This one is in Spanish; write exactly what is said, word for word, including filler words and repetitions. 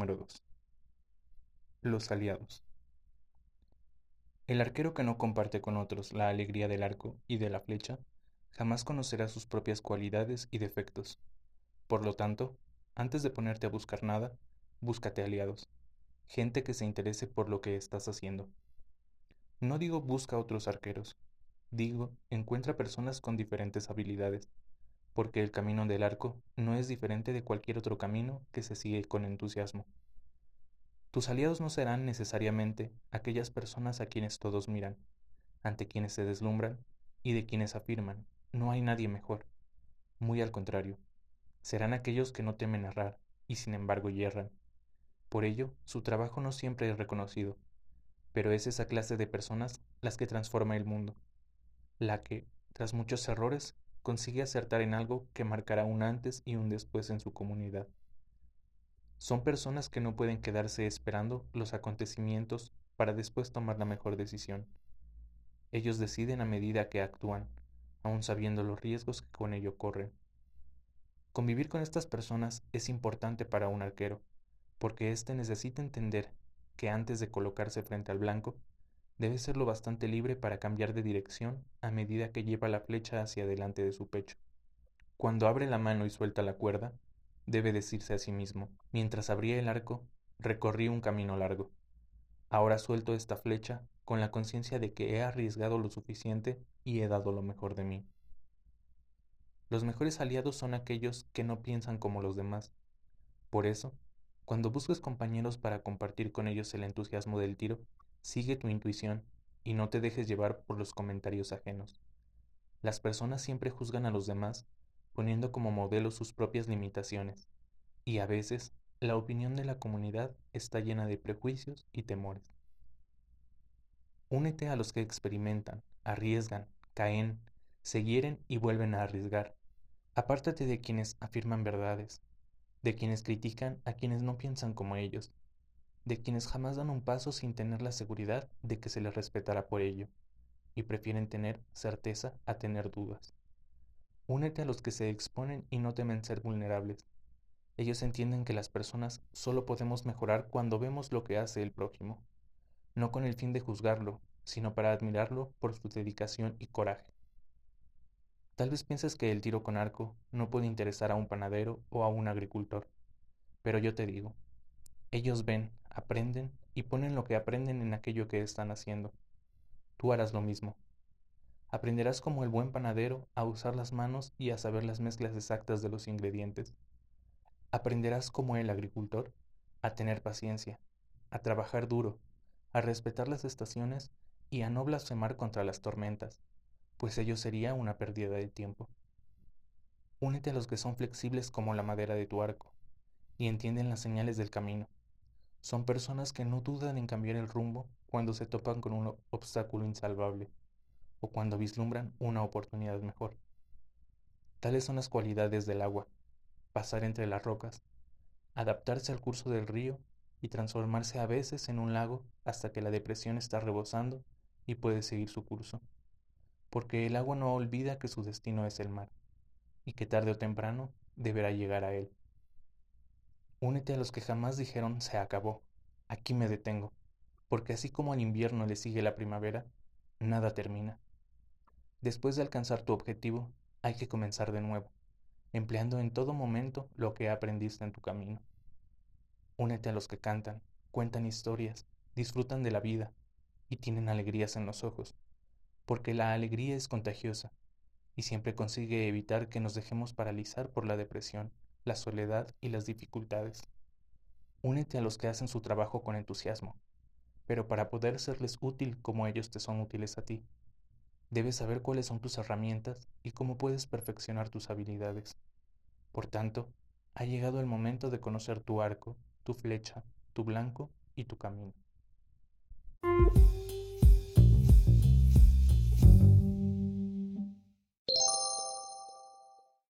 Número dos. Los aliados. El arquero que no comparte con otros la alegría del arco y de la flecha, jamás conocerá sus propias cualidades y defectos. Por lo tanto, antes de ponerte a buscar nada, búscate aliados, gente que se interese por lo que estás haciendo. No digo busca otros arqueros, digo encuentra personas con diferentes habilidades, porque el camino del arco no es diferente de cualquier otro camino que se sigue con entusiasmo. Tus aliados no serán necesariamente aquellas personas a quienes todos miran, ante quienes se deslumbran y de quienes afirman, no hay nadie mejor. Muy al contrario, serán aquellos que no temen errar y sin embargo yerran. Por ello, su trabajo no siempre es reconocido, pero es esa clase de personas las que transforma el mundo, la que, tras muchos errores, consigue acertar en algo que marcará un antes y un después en su comunidad. Son personas que no pueden quedarse esperando los acontecimientos para después tomar la mejor decisión. Ellos deciden a medida que actúan, aun sabiendo los riesgos que con ello corren. Convivir con estas personas es importante para un arquero, porque éste necesita entender que antes de colocarse frente al blanco, debe ser lo bastante libre para cambiar de dirección a medida que lleva la flecha hacia delante de su pecho. Cuando abre la mano y suelta la cuerda, debe decirse a sí mismo, mientras abría el arco, recorrí un camino largo. Ahora suelto esta flecha con la conciencia de que he arriesgado lo suficiente y he dado lo mejor de mí. Los mejores aliados son aquellos que no piensan como los demás. Por eso, cuando busques compañeros para compartir con ellos el entusiasmo del tiro, sigue tu intuición y no te dejes llevar por los comentarios ajenos. Las personas siempre juzgan a los demás, poniendo como modelo sus propias limitaciones, y a veces la opinión de la comunidad está llena de prejuicios y temores. Únete a los que experimentan, arriesgan, caen, se hieren y vuelven a arriesgar. Apártate de quienes afirman verdades, de quienes critican a quienes no piensan como ellos, de quienes jamás dan un paso sin tener la seguridad de que se les respetará por ello, y prefieren tener certeza a tener dudas. Únete a los que se exponen y no temen ser vulnerables. Ellos entienden que las personas solo podemos mejorar cuando vemos lo que hace el prójimo, no con el fin de juzgarlo, sino para admirarlo por su dedicación y coraje. Tal vez pienses que el tiro con arco no puede interesar a un panadero o a un agricultor, pero yo te digo, ellos ven, aprenden y ponen lo que aprenden en aquello que están haciendo. Tú harás lo mismo. Aprenderás como el buen panadero a usar las manos y a saber las mezclas exactas de los ingredientes. Aprenderás como el agricultor a tener paciencia, a trabajar duro, a respetar las estaciones y a no blasfemar contra las tormentas, pues ello sería una pérdida de tiempo. Únete a los que son flexibles como la madera de tu arco y entienden las señales del camino. Son personas que no dudan en cambiar el rumbo cuando se topan con un obstáculo insalvable o cuando vislumbran una oportunidad mejor. Tales son las cualidades del agua: pasar entre las rocas, adaptarse al curso del río y transformarse a veces en un lago hasta que la depresión está rebosando y puede seguir su curso, porque el agua no olvida que su destino es el mar y que tarde o temprano deberá llegar a él. Únete a los que jamás dijeron se acabó, aquí me detengo, porque así como al invierno le sigue la primavera, nada termina. Después de alcanzar tu objetivo, hay que comenzar de nuevo, empleando en todo momento lo que aprendiste en tu camino. Únete a los que cantan, cuentan historias, disfrutan de la vida y tienen alegrías en los ojos, porque la alegría es contagiosa y siempre consigue evitar que nos dejemos paralizar por la depresión, la soledad y las dificultades. Únete a los que hacen su trabajo con entusiasmo, pero para poder serles útil como ellos te son útiles a ti, debes saber cuáles son tus herramientas y cómo puedes perfeccionar tus habilidades. Por tanto, ha llegado el momento de conocer tu arco, tu flecha, tu blanco y tu camino.